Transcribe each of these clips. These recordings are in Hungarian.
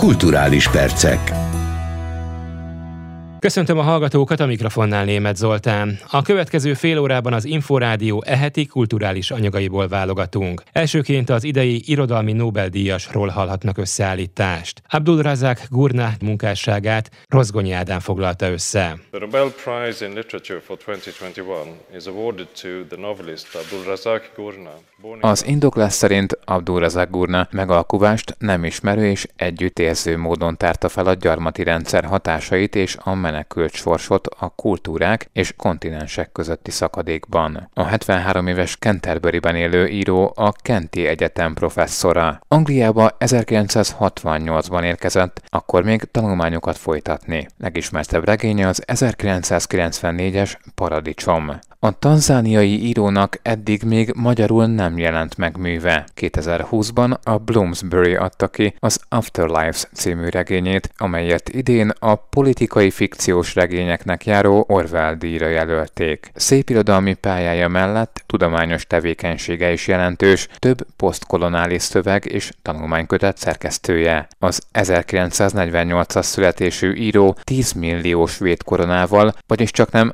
Kulturális percek. Köszöntöm a hallgatókat, a mikrofonnál Németh Zoltán. A következő fél órában az Inforádió heti kulturális anyagaiból válogatunk. Elsőként az idei irodalmi Nobel-díjasról hallhatnak összeállítást. Abdulrazak Gurnah munkásságát Rozgonyi Ádám foglalta össze. The Nobel Prize in Literature for 2021 is awarded to the novelist Abdulrazak Gurnah. Az indoklás szerint Abdulrazak Gurnah megalkuvást nem ismerő és együttérző módon tárta fel a gyarmati rendszer hatásait és a menekült sorsot a kultúrák és kontinensek közötti szakadékban. A 73 éves Canterburyben élő író a Kenti Egyetem professzora. Angliába 1968-ban érkezett, akkor még tanulmányokat folytatni. Legismertebb regénye az 1994-es Paradicsom. A tanzániai írónak eddig még magyarul nem jelent meg műve. 2020-ban a Bloomsbury adta ki az Afterlives című regényét, amelyet idén a politikai fikciós regényeknek járó Orwell-díjra jelölték. Szépirodalmi pályája mellett tudományos tevékenysége is jelentős, több posztkolonális szöveg és tanulmánykötet szerkesztője. Az 1948-as születésű író 10 millió svéd koronával, vagyis csaknem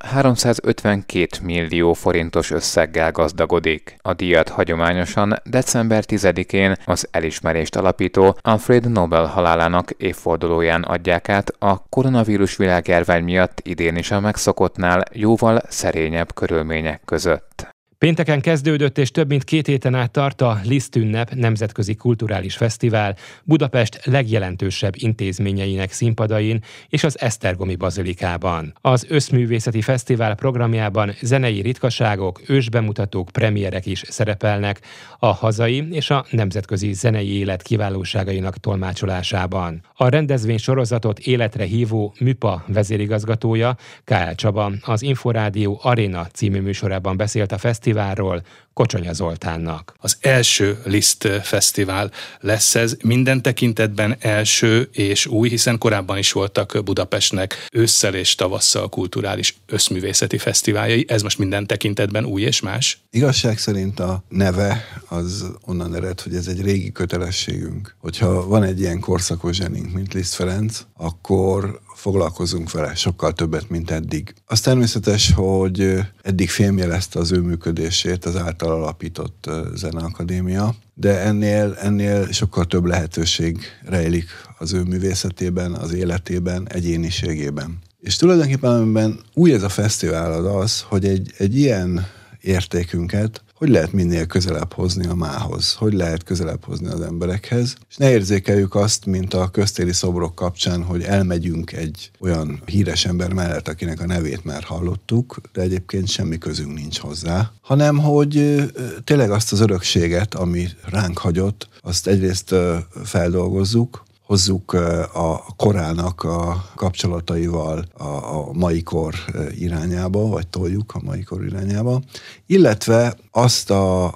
352 millió forintos összeggel gazdagodik. A díjat hagyományosan december 10-én az elismerést alapító Alfred Nobel halálának évfordulóján adják át a koronavírus világjárvány miatt idén is a megszokottnál jóval szerényebb körülmények között. Pénteken kezdődött és több mint 2 héten át tart a Liszt ünnep nemzetközi kulturális fesztivál Budapest legjelentősebb intézményeinek színpadain és az Esztergomi bazilikában. Az Összművészeti Fesztivál programjában zenei ritkaságok, ősbemutatók, premierek is szerepelnek a hazai és a nemzetközi zenei élet kiválóságainak tolmácsolásában. A rendezvény sorozatot életre hívó MÜPA vezérigazgatója, K.L. Csaba az Inforádió Arena című műsorában beszélt a fesztiválról Kocsonya Zoltánnak. Az első Liszt fesztivál lesz ez, minden tekintetben első és új, hiszen korábban is voltak Budapestnek ősszel és tavasszal kulturális összművészeti fesztiváljai, ez most minden tekintetben új és más? Igazság szerint a neve az onnan ered, hogy ez egy régi kötelességünk. Hogyha van egy ilyen korszakos zsenink, mint Liszt Ferenc, akkor foglalkozunk vele sokkal többet, mint eddig. Az természetes, hogy eddig fémjelezte az ő működését az által alapított Zeneakadémia, de ennél sokkal több lehetőség rejlik az ő művészetében, az életében, egyéniségében. És tulajdonképpen amiben új ez a fesztivál az, hogy egy ilyen értékünket hogy lehet minél közelebb hozni a mához, hogy lehet közelebb hozni az emberekhez, és ne érzékeljük azt, mint a köztéri szobrok kapcsán, hogy elmegyünk egy olyan híres ember mellett, akinek a nevét már hallottuk, de egyébként semmi közünk nincs hozzá, hanem hogy tényleg azt az örökséget, ami ránk hagyott, azt egyrészt feldolgozzuk, hozzuk a korának a kapcsolataival a mai kor irányába, vagy toljuk a mai kor irányába, illetve azt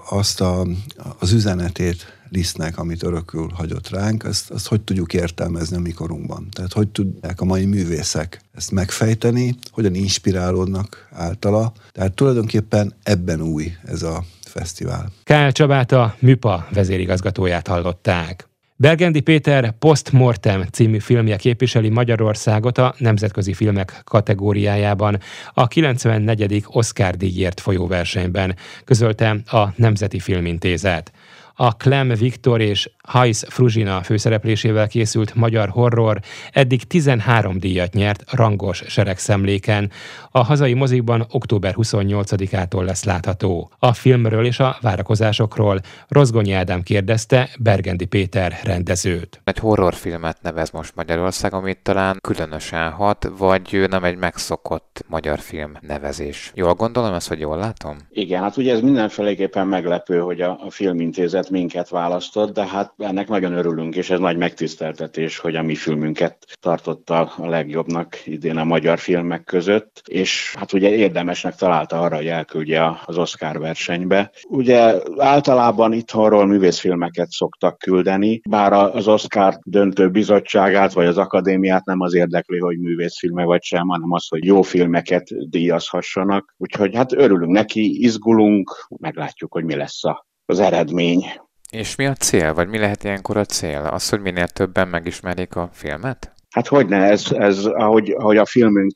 az üzenetét Lisztnek, amit örökül hagyott ránk, azt hogy tudjuk értelmezni a mi korunkban. Tehát hogy tudják a mai művészek ezt megfejteni, hogyan inspirálódnak általa. Tehát tulajdonképpen ebben új ez a fesztivál. K.L. Csabát, a MÜPA vezérigazgatóját hallották. Bergendi Péter Post Mortem című filmje képviseli Magyarországot a nemzetközi filmek kategóriájában a 94. Oscar-díjért folyó versenyben, közölte a Nemzeti Filmintézet. A Clem Viktor és Hajsz Fruzsina főszereplésével készült magyar horror eddig 13 díjat nyert rangos seregszemléken. A hazai mozikban október 28-ától lesz látható. A filmről és a várakozásokról Rozgonyi Ádám kérdezte Bergendi Péter rendezőt. Egy horrorfilmet nevez most Magyarország, amit talán különösen hat, vagy nem egy megszokott magyar film nevezés. Jól gondolom ezt, hogy jól látom? Igen, hát ugye ez mindenféleképpen meglepő, hogy a Filmintézet minket választott, de hát ennek nagyon örülünk, és ez nagy megtiszteltetés, hogy a mi filmünket tartotta a legjobbnak idén a magyar filmek között, és hát ugye érdemesnek találta arra, hogy elküldje az Oscar versenybe. Ugye általában itthonról művészfilmeket szoktak küldeni, bár az Oscar döntő bizottságát vagy az akadémiát nem az érdekli, hogy művészfilme vagy sem, hanem az, hogy jó filmeket díjazhassanak. Úgyhogy hát örülünk neki, izgulunk, meglátjuk, hogy mi lesz az eredmény. És mi a cél, vagy mi lehet ilyenkor a cél? Az, hogy minél többen megismerjék a filmet? Hát hogyne, ez ahogy a filmünk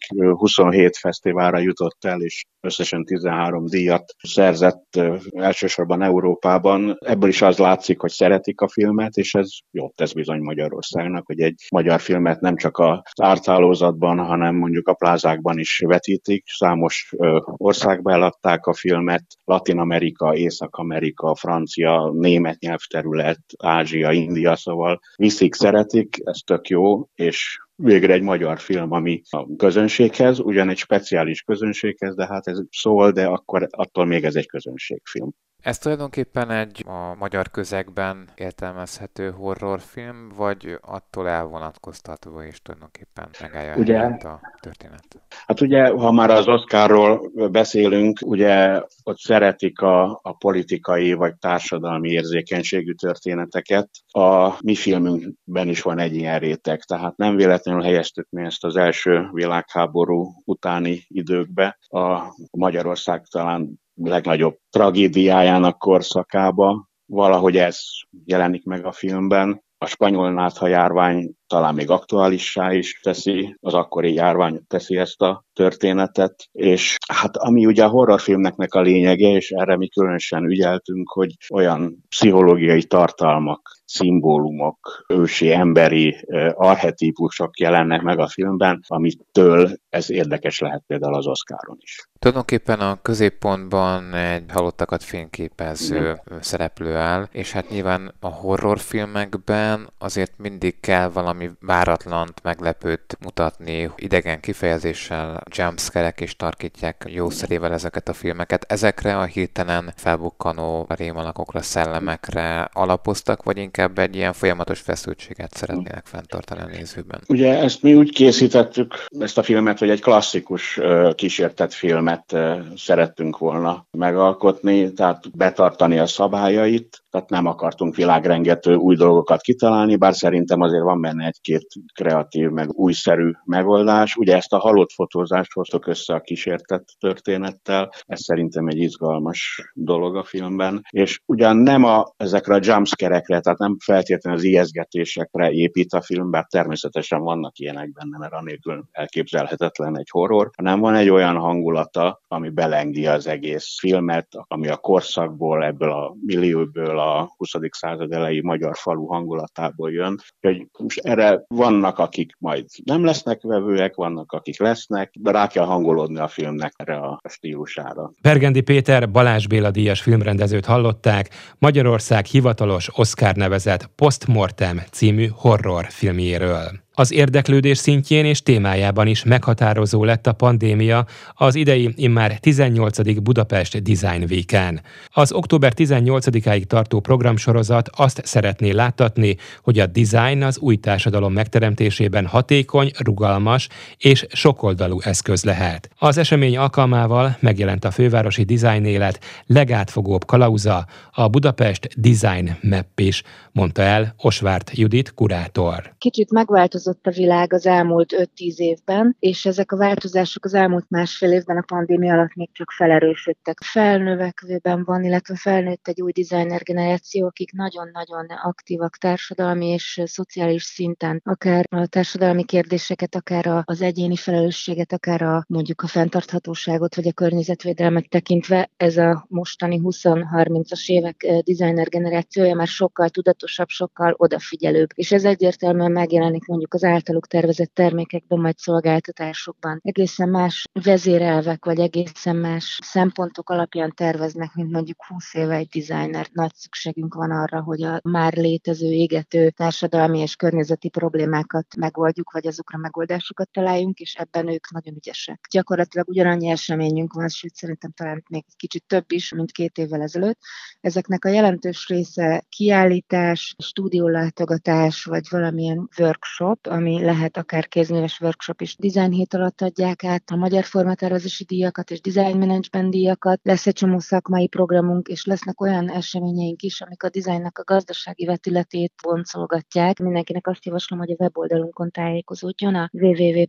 27 fesztiválra jutott el, és összesen 13 díjat szerzett elsősorban Európában. Ebből is az látszik, hogy szeretik a filmet, és ez jót tesz bizony Magyarországnak, hogy egy magyar filmet nem csak az árthálózatban, hanem mondjuk a plázákban is vetítik. Számos országba eladták a filmet, Latin-Amerika, Észak-Amerika, Francia, német nyelvterület, Ázsia, India, szóval viszik, szeretik, ez tök jó, és végre egy magyar film, ami a közönséghez, ugyan egy speciális közönséghez, de hát ez szól, de akkor attól még ez egy közönségfilm. Ez tulajdonképpen egy a magyar közegben értelmezhető horrorfilm, vagy attól elvonatkoztatva és tulajdonképpen megállja a helyét a történet? Hát ugye, ha már az Oscarról beszélünk, ugye ott szeretik a politikai vagy társadalmi érzékenységű történeteket. A mi filmünkben is van egy ilyen réteg, tehát nem véletlenül helyeztük mi ezt az első világháború utáni időkbe. A Magyarország talán legnagyobb tragédiájának korszakába. Valahogy ez jelenik meg a filmben. A spanyol nátha járvány talán még aktuálissá is teszi, az akkori járvány teszi ezt a történetet, és hát ami ugye a horrorfilmnek a lényege, és erre mi különösen ügyeltünk, hogy olyan pszichológiai tartalmak, szimbólumok, ősi emberi archetípusok jelennek meg a filmben, amitől ez érdekes lehet például az Oscaron is. Tulajdonképpen a középpontban egy halottakat fényképező szereplő áll, és hát nyilván a horrorfilmekben azért mindig kell valami váratlant, meglepőt mutatni, idegen kifejezéssel, jumpscare-ek is tarkítják jószerével ezeket a filmeket. Ezekre a hirtelen felbukkanó rémalakokra, szellemekre alapoztak, vagy inkább egy ilyen folyamatos feszültséget szeretnének fenntartani a nézőben? Ugye ezt mi úgy készítettük, ezt a filmet, hogy egy klasszikus kísértett filmet szerettünk volna megalkotni, tehát betartani a szabályait, tehát nem akartunk világrengető új dolgokat kitalálni, bár szerintem azért van benne egy-két kreatív, meg újszerű megoldás. Ugye ezt a halott fotózást hoztuk össze a kísértett történettel, ez szerintem egy izgalmas dolog a filmben, és ugyan nem ezekre a jumpscare-ekre, tehát nem feltétlenül az ijesztgetésekre épít a film, bár természetesen vannak ilyenek benne, mert anélkül elképzelhetetlen egy horror, hanem van egy olyan hangulata, ami belengi az egész filmet, ami a korszakból, ebből a millióból, a 20. század elejé magyar falu hangulatából jön. Úgyhogy most erre vannak, akik majd nem lesznek vevőek, vannak, akik lesznek, de rá kell hangolódni a filmnek erre a stílusára. Bergendi Péter Balázs Béla díjas filmrendezőt hallották, Magyarország hivatalos Oscar nevezett Post Mortem című horror filmjéről. Az érdeklődés szintjén és témájában is meghatározó lett a pandémia az idei immár 18. Budapest Design Week-en. Az október 18-áig tartó programsorozat azt szeretné láttatni, hogy a design az új társadalom megteremtésében hatékony, rugalmas és sokoldalú eszköz lehet. Az esemény alkalmával megjelent a fővárosi design élet legátfogóbb kalauza, a Budapest Design Map is, mondta el Osvárt Judit kurátor. Kicsit megváltozott a világ az elmúlt 5-10 évben, és ezek a változások az elmúlt másfél évben a pandémia alatt még csak felerősödtek. Felnövekvőben van, illetve felnőtt egy új designer generáció, akik nagyon-nagyon aktívak társadalmi és szociális szinten, akár a társadalmi kérdéseket, akár az egyéni felelősséget, akár mondjuk a fenntarthatóságot vagy a környezetvédelmet tekintve. Ez a mostani 20-30-as évek designer generációja már sokkal tudatosabb, sokkal odafigyelőbb, és ez egyértelműen megjelenik mondjuk az általuk tervezett termékekben vagy szolgáltatásokban. Egészen más vezérelvek vagy egészen más szempontok alapján terveznek, mint mondjuk 20 éve egy designer. Nagy szükségünk van arra, hogy a már létező, égető társadalmi és környezeti problémákat megoldjuk, vagy azokra megoldásokat találjunk, és ebben ők nagyon ügyesek. Gyakorlatilag ugyanannyi eseményünk van, sőt szerintem talán még egy kicsit több is, mint 2 évvel ezelőtt. Ezeknek a jelentős része kiállítás, stúdiólátogatás, vagy valamilyen workshop, ami lehet akár kézműves workshop is. Design hét alatt adják át a magyar formatervezési díjakat és design management díjakat. Lesz egy csomó szakmai programunk, és lesznek olyan eseményeink is, amik a designnak a gazdasági vetületét boncolgatják. Mindenkinek azt javaslom, hogy a weboldalunkon tájékozódjon a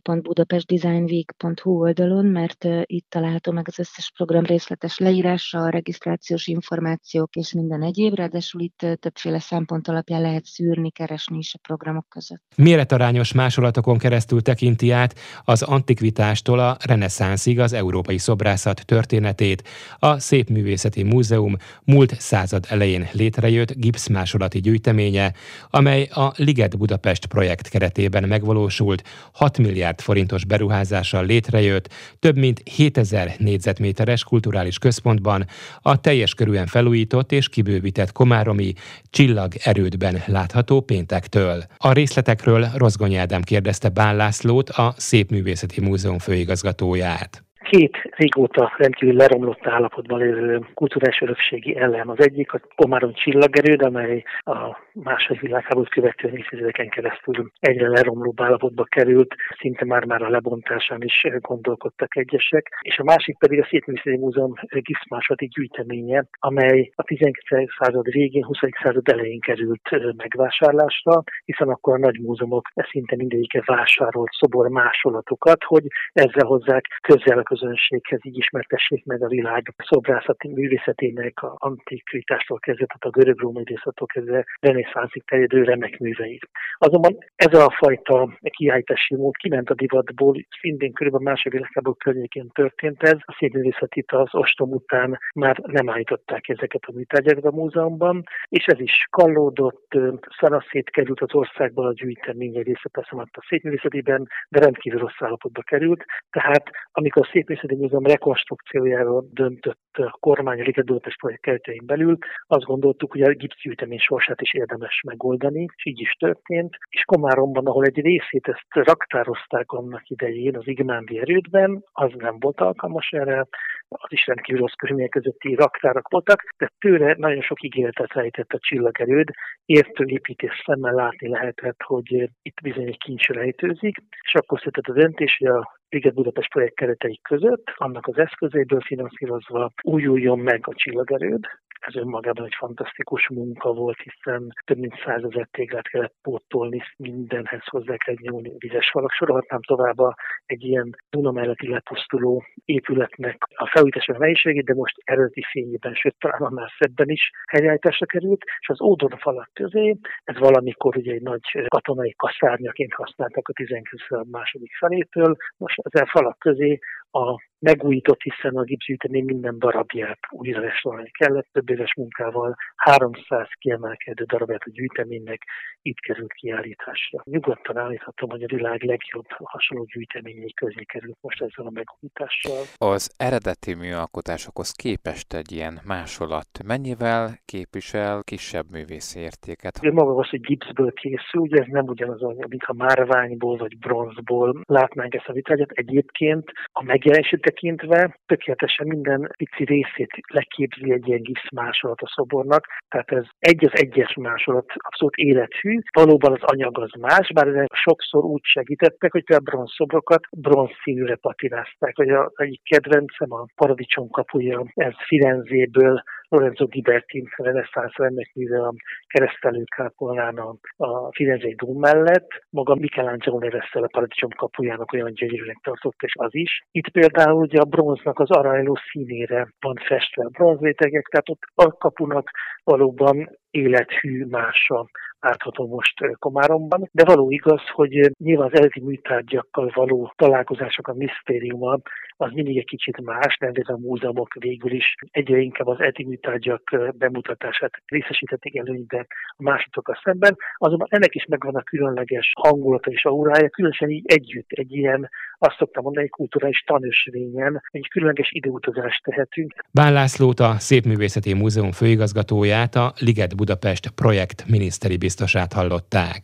www.budapestdesignweek.hu oldalon, mert itt található meg az összes program részletes leírása, a regisztrációs információk és minden egyéb, ráadásul itt többféle szempont alapján lehet szűrni, keresni is a programok között. Méretarányos másolatokon keresztül tekinti át az antikvitástól a reneszánszig az európai szobrászat történetét. A Szépművészeti Múzeum múlt század elején létrejött gipszmásolati gyűjteménye, amely a Liget Budapest projekt keretében megvalósult, 6 milliárd forintos beruházással létrejött, több mint 7000 négyzetméteres kulturális központban a teljes körűen felújított és kibővített komáromi Csillag-erődben látható péntektől. A részletekről Rozgonyi Ádám kérdezte Bán Lászlót, a Szépművészeti Múzeum főigazgatóját. 2 régóta rendkívül leromlott állapotban lévő kulturális örökségi elem. Az egyik a Komárom Csillag-erőd, amely a második világháborút követő évtizedeken keresztül egyre leromlóbb állapotba került, szinte már a lebontásán is gondolkodtak egyesek. És a másik pedig a Szépművészeti Múzeum gipszmásolati gyűjteménye, amely a 19. század végén, 20. század elején került megvásárlásra, hiszen akkor a nagy múzeumok szinte mindegyike vásárolt szobormásolatokat, hogy ezzel hozzák közel a közönséghez, így ismertessék meg a világ szobrászati művészetének, a antikvitástól kezdve, a görög-római időszaktól kezdve reneszánszig terjedő remek műveit. Azonban ez a fajta kiállítási mód kiment a divatból, szintén körülbelül második világháború környékén történt ez. A szépművészetit az ostrom után már nem állították ezeket a műtárgyakat a múzeumban, és ez is kallódott, szanaszét került az országban a gyűjtemény egy része persze a szépművészetiben, de rendkívül rossz állapotba került. Tehát amikor a Szépművészeti Múzeum rekonstrukciójáról döntött a kormány a Liget Budapest projekt keretein belül, azt gondoltuk, hogy a gipszgyűjtemény sorsát is érdemes megoldani, és így is történt. És Komáromban, ahol egy részét ezt raktározták annak idején az Igmándi erődben, az nem volt alkalmas erre, az is rendkívül rossz körülmények közötti raktárak voltak, de tőle nagyon sok ígéretet rejtett a Csillag-erőd, értő építés szemmel látni lehetett, hogy itt bizony egy kincs rejtőzik, és akkor született a döntés, hogy a Liget Budapest projekt keretei között, annak az eszközeiből finanszírozva újuljon meg a Csillag-erőd. Ez önmagában egy fantasztikus munka volt, hiszen több mint 100 000 téglát kellett pótolni, mindenhez hozzá kell nyúlni vizes falak. Sorolhatnám tovább egy ilyen Duna melletti lepusztuló épületnek a felújítása nehézségét, de most eredeti fényében, sőt talán már szebben is helyreállításra került, és az ódon falak közé, ez valamikor ugye egy nagy katonai kaszárnyaként használtak a 19. század második felétől, most ezen falak közé a megújított, hiszen a gipszgyűjtemény minden darabját újra restaurálni kellett, több éves munkával 300 kiemelkedő darabját a gyűjteménynek itt került kiállításra. Nyugodtan állíthatom, hogy a világ legjobb hasonló gyűjteményei közé került most ezzel a megújítással. Az eredeti műalkotásokhoz képest egy ilyen másolat mennyivel képvisel kisebb művészi értéket? Maga az, hogy gipszből készül, ugye ez nem ugyanaz, mint ha márványból vagy bronzból látnánk ezt a vitrágyat. Egyébként a megjelenését tekintve tökéletesen minden pici részét leképzi egy ilyen gipszmásolat a szobornak, tehát ez egy az egyes másolat abszolút élethű, valóban az anyag az más, bár ezek sokszor úgy segítettek, hogy például bronzszobrokat bronzszínűre patinázták, vagy az egyik kedvencem a Paradicsom kapuja, ez Firenzéből Lorenzo Ghiberti reneszánsz remekműve a keresztelőkápolnán a Firenzei dóm mellett. Maga Michelangelo nevezte a Paradicsom kapujának, olyan gyönyörűnek tartott, és az is. Itt például ugye a bronznak az aranyló színére van festve a bronzrétegek, tehát ott a kapunak valóban élethű mása látható most Komáromban. De való igaz, hogy nyilván az eredeti műtárgyakkal való találkozások, a misztériuma, az mindig egy kicsit más, de a múzeumok végül is egyre inkább az eredeti műtárgyak bemutatását részesítették előnyben a másokkal szemben. Azonban ennek is megvan a különleges hangulata és aurája, különösen így együtt egy ilyen, azt szoktam mondani, egy kulturális tanösvényen egy különleges időutazást tehetünk. Bán Lászlót, a Szépművészeti Múzeum főigazgatóját, a Liget Budapest projekt miniszteri biztosát hallották.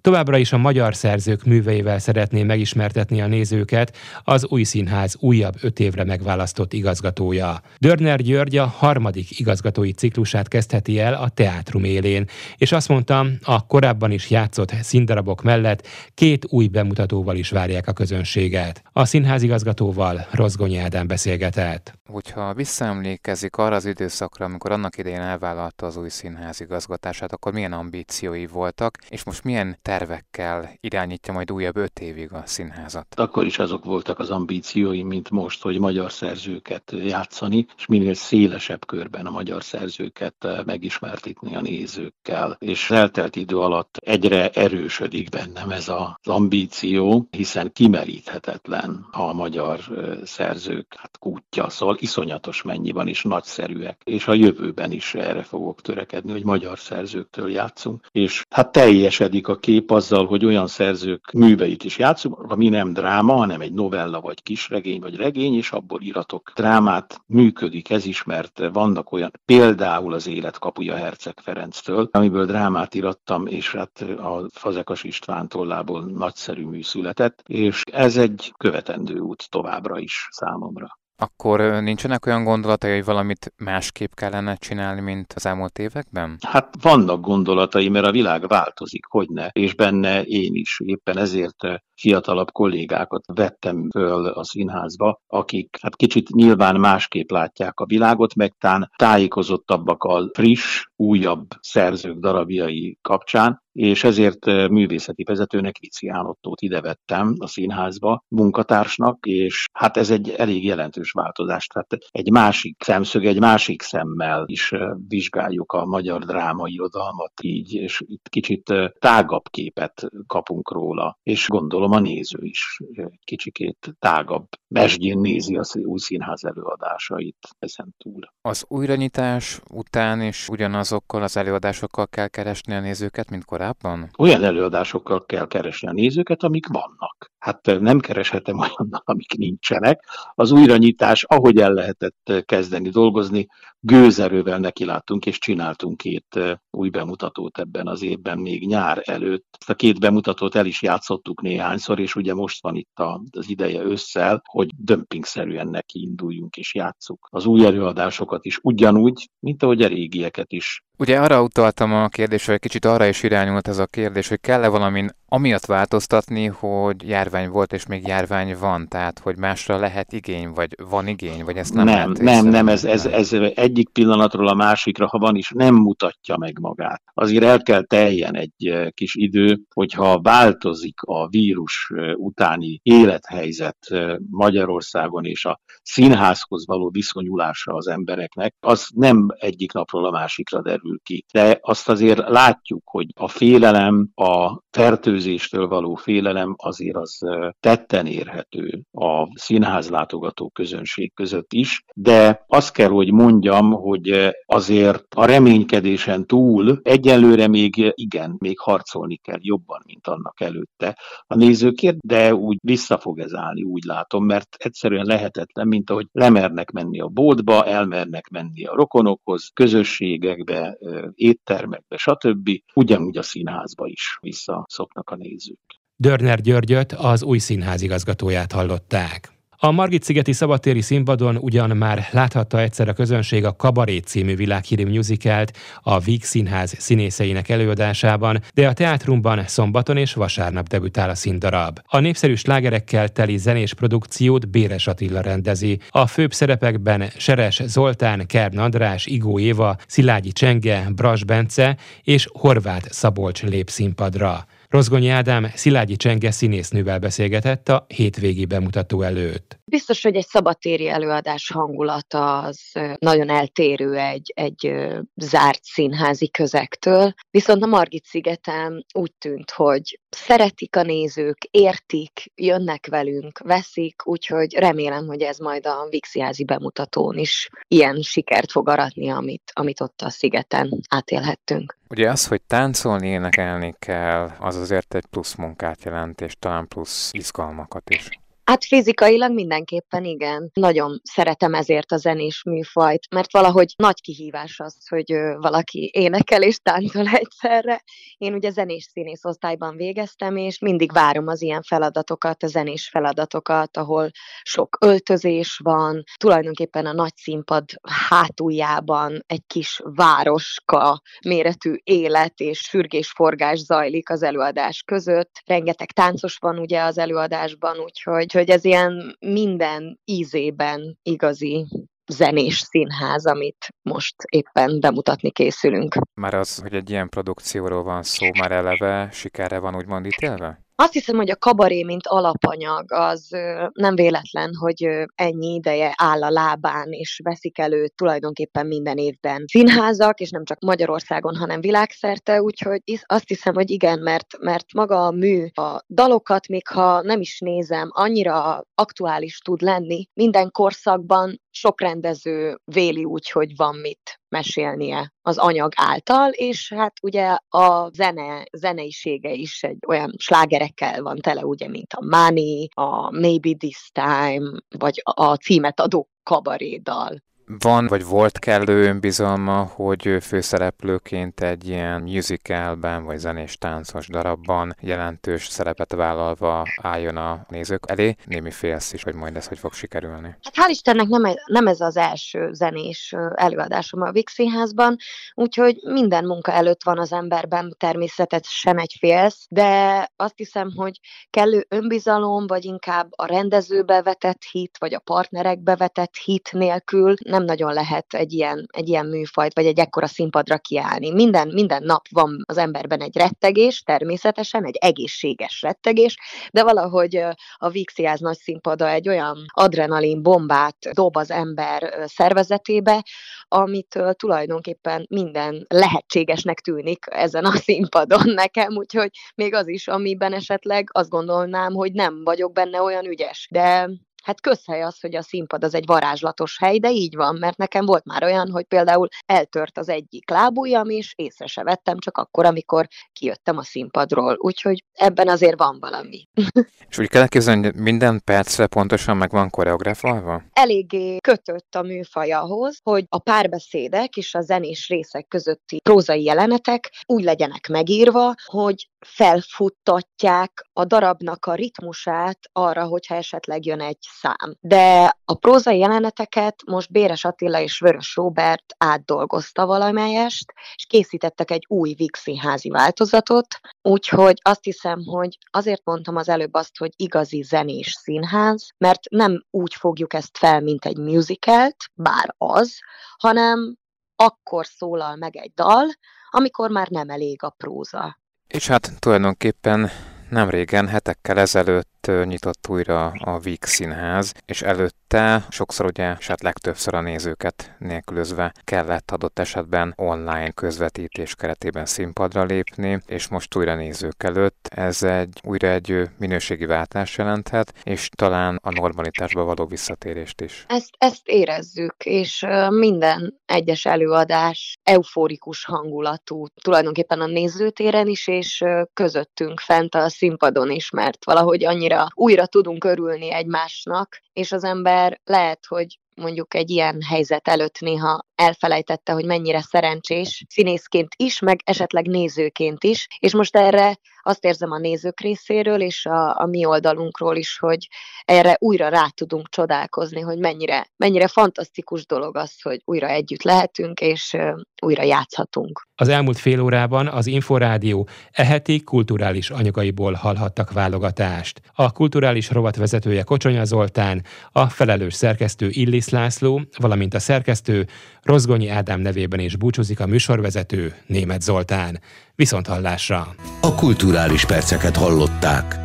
Továbbra is a magyar szerzők műveivel szeretné megismertetni a nézőket az Új Színház újabb 5 évre megválasztott igazgatója. Dörner György a 3. igazgatói ciklusát kezdheti el a Teátrum élén, és azt mondta, a korábban is játszott színdarabok mellett 2 új bemutatóval is várják a közönséget. A színházigazgatóval Rozgonyi Ádám beszélgetett. Hogyha visszaemlékezik arra az időszakra, amikor annak idején elvállalta az Új Színház igazgatását, akkor milyen ambíciói voltak, és most milyen tervekkel irányítja majd újabb 5 évig a színházat? Akkor is azok voltak az ambíciói, mint most, hogy magyar szerzőket játszani, és minél szélesebb körben a magyar szerzőket megismertetni a nézőkkel. És eltelt idő alatt egyre erősödik bennem ez az ambíció, hiszen kimeríthetetlen a magyar szerzők kútja, szóval iszonyatos mennyiben is nagyszerűek, és a jövőben is erre fogok törekedni, hogy magyar szerzőktől játszunk, és teljesedik a kép azzal, hogy olyan szerzők műveit is játszunk, ami nem dráma, hanem egy novella, vagy kisregény, vagy regény, és abból íratok drámát. Működik ez is, mert vannak olyan, például az Élet kapuja Herceg Ferenctől, amiből drámát írattam, és a Fazekas István tollából nagyszerű mű született, és ez egy követendő út továbbra is számomra. Akkor nincsenek olyan gondolatai, hogy valamit másképp kellene csinálni, mint az elmúlt években? Vannak gondolatai, mert a világ változik, hogyne, és benne én is. Éppen ezért fiatalabb kollégákat vettem föl a színházba, akik kicsit nyilván másképp látják a világot, meg tán tájékozottabbak a friss, újabb szerzők darabjai kapcsán, és ezért művészeti vezetőnek Vici Ottót idevettem a színházba munkatársnak, és ez egy elég jelentős változás. Tehát egy másik szemszög, egy másik szemmel is vizsgáljuk a magyar drámairodalmat így, és itt kicsit tágabb képet kapunk róla, és gondolom a néző is kicsikét tágabb mesdjén nézi az Új Színház előadásait ezen túl. Az újranyitás után is ugyanazokkal az előadásokkal kell keresni a nézőket, mint korábban? Olyan előadásokkal kell keresni a nézőket, amik vannak. Nem kereshetem olyannal, amik nincsenek. Az újranyitás, ahogy el lehetett kezdeni dolgozni, gőzerővel nekiláttunk, és csináltunk 2 új bemutatót ebben az évben, még nyár előtt. Ezt a 2 bemutatót el is játszottuk néhányszor, és ugye most van itt az ideje ősszel, hogy dömpingszerűen nekiinduljunk és játsszuk az új előadásokat is ugyanúgy, mint ahogy a régieket is. Ugye arra utaltam a kérdésre, hogy kicsit arra is irányult ez a kérdés, hogy kell-e valamin amiatt változtatni, hogy járvány volt és még járvány van, tehát hogy másra lehet igény, vagy van igény, vagy ezt nem lehet Nem, ez egyik pillanatról a másikra, ha van is, nem mutatja meg magát. Azért el kell teljen egy kis idő, hogyha változik a vírus utáni élethelyzet Magyarországon és a színházhoz való viszonyulása az embereknek, az nem egyik napról a másikra derül ki. De azt azért látjuk, hogy a félelem, a fertőzéstől való félelem azért az tetten érhető a színház látogató közönség között is, de azt kell, hogy mondjam, hogy azért a reménykedésen túl egyelőre még harcolni kell jobban, mint annak előtte a nézőkért, de úgy vissza fog ez állni, úgy látom, mert egyszerűen lehetetlen, mint ahogy lemernek menni a boltba, elmernek menni a rokonokhoz, közösségekbe, éttermekbe, stb. Ugyanúgy a színházba is visszaszoknak a nézők. Dörner Györgyöt, az Új Színház igazgatóját hallották. A Margit-szigeti szabadtéri színpadon ugyan már láthatta egyszer a közönség a Kabaré című világhírű musicalt a Víg Színház színészeinek előadásában, de a Teátrumban szombaton és vasárnap debütál a színdarab. A népszerű slágerekkel teli zenés produkciót Béres Attila rendezi. A főbb szerepekben Seres Zoltán, Kern András, Igó Éva, Szilágyi Csenge, Brass Bence és Horváth Szabolcs lép színpadra. Rozgonyi Ádám Szilágyi Csenge színésznővel beszélgetett a hétvégi bemutató előtt. Biztos, hogy egy szabadtéri előadás hangulata az nagyon eltérő egy zárt színházi közegtől, viszont a Margit-szigeten úgy tűnt, hogy szeretik a nézők, értik, jönnek velünk, veszik, úgyhogy remélem, hogy ez majd a Víg Színházi bemutatón is ilyen sikert fog aratni, amit ott a szigeten átélhettünk. Ugye az, hogy táncolni, énekelni kell, az azért egy plusz munkát jelent, és talán plusz izgalmakat is. Hát fizikailag mindenképpen igen. Nagyon szeretem ezért a zenés műfajt, mert valahogy nagy kihívás az, hogy valaki énekel és táncol egyszerre. Én ugye zenés színész osztályban végeztem, és mindig várom az ilyen feladatokat, a zenés feladatokat, ahol sok öltözés van, tulajdonképpen a nagy színpad hátuljában egy kis városka méretű élet és fürgés-forgás zajlik az előadás között. Rengeteg táncos van ugye az előadásban, úgyhogy ez ilyen minden ízében igazi zenés színház, amit most éppen bemutatni készülünk. Már az, hogy egy ilyen produkcióról van szó, már eleve sikerre van úgymond ítélve? Azt hiszem, hogy a kabaré, mint alapanyag, az nem véletlen, hogy ennyi ideje áll a lábán, és veszik elő tulajdonképpen minden évben színházak, és nem csak Magyarországon, hanem világszerte, úgyhogy azt hiszem, hogy igen, mert maga a mű, a dalokat, még ha nem is nézem, annyira aktuális tud lenni. Minden korszakban sok rendező véli úgy, hogy van mit mesélnie az anyag által, és hát ugye a zeneisége is egy olyan slágerekkel van tele, ugye, mint a Money, a Maybe This Time, vagy a címet adó kabarédal. Van, vagy volt kellő önbizalma, hogy főszereplőként egy ilyen musicalben, vagy zenés táncos darabban jelentős szerepet vállalva álljon a nézők elé? Némi félsz is, hogy majd ez hogy fog sikerülni. Hát hál' Istennek nem ez az első zenés előadásom a Víg Színházban, úgyhogy minden munka előtt van az emberben természetesen egy félsz, de azt hiszem, hogy kellő önbizalom, vagy inkább a rendezőbe vetett hit, vagy a partnerekbe vetett hit nélkül nem nagyon lehet egy ilyen műfajt, vagy egy ekkora színpadra kiállni. Minden nap van az emberben egy rettegés, természetesen, egy egészséges rettegés, de valahogy a Víg Színház nagy színpada egy olyan adrenalin bombát dob az ember szervezetébe, amitől tulajdonképpen minden lehetségesnek tűnik ezen a színpadon nekem, úgyhogy még az is, amiben esetleg azt gondolnám, hogy nem vagyok benne olyan ügyes, de hát közhely az, hogy a színpad az egy varázslatos hely, de így van, mert nekem volt már olyan, hogy például eltört az egyik lábujjam, és észre se vettem csak akkor, amikor kijöttem a színpadról. Úgyhogy ebben azért van valami. És úgy kell elképzelni, hogy minden percre pontosan meg van koreografálva? Eléggé kötött a műfaj ahhoz, hogy a párbeszédek és a zenés részek közötti prózai jelenetek úgy legyenek megírva, hogy felfuttatják a darabnak a ritmusát arra, hogyha esetleg jön egy szám. De a prózai jeleneteket most Béres Attila és Vörös Róbert átdolgozta valamelyest, és készítettek egy új Víg Színházi változatot, úgyhogy azt hiszem, hogy azért mondtam az előbb azt, hogy igazi zenés színház, mert nem úgy fogjuk ezt fel, mint egy musicalt, bár az, hanem akkor szólal meg egy dal, amikor már nem elég a próza. És hát tulajdonképpen nem régen, hetekkel ezelőtt nyitott újra a Víg Színház, és előtte sokszor ugye, és hát legtöbbször a nézőket nélkülözve kellett adott esetben online közvetítés keretében színpadra lépni, és most újra nézők előtt ez újra egy minőségi váltás jelenthet, és talán a normalitásba való visszatérést is. Ezt érezzük, és minden egyes előadás euforikus hangulatú, tulajdonképpen a nézőtéren is, és közöttünk fent a színpadon is, mert valahogy annyira újra tudunk örülni egymásnak, és az ember lehet, hogy mondjuk egy ilyen helyzet előtt néha elfelejtette, hogy mennyire szerencsés színészként is, meg esetleg nézőként is, és most erre azt érzem a nézők részéről, és a mi oldalunkról is, hogy erre újra rá tudunk csodálkozni, hogy mennyire fantasztikus dolog az, hogy újra együtt lehetünk, és újra játszhatunk. Az elmúlt fél órában az Inforádió heti kulturális anyagaiból hallhattak válogatást. A kulturális rovatvezetője Kocsonya Zoltán, a felelős szerkesztő Illis László, valamint a szerkesztő Rozgonyi Ádám nevében is búcsúzik a műsorvezető Németh Zoltán. Viszonthallásra! A kulturális perceket hallották.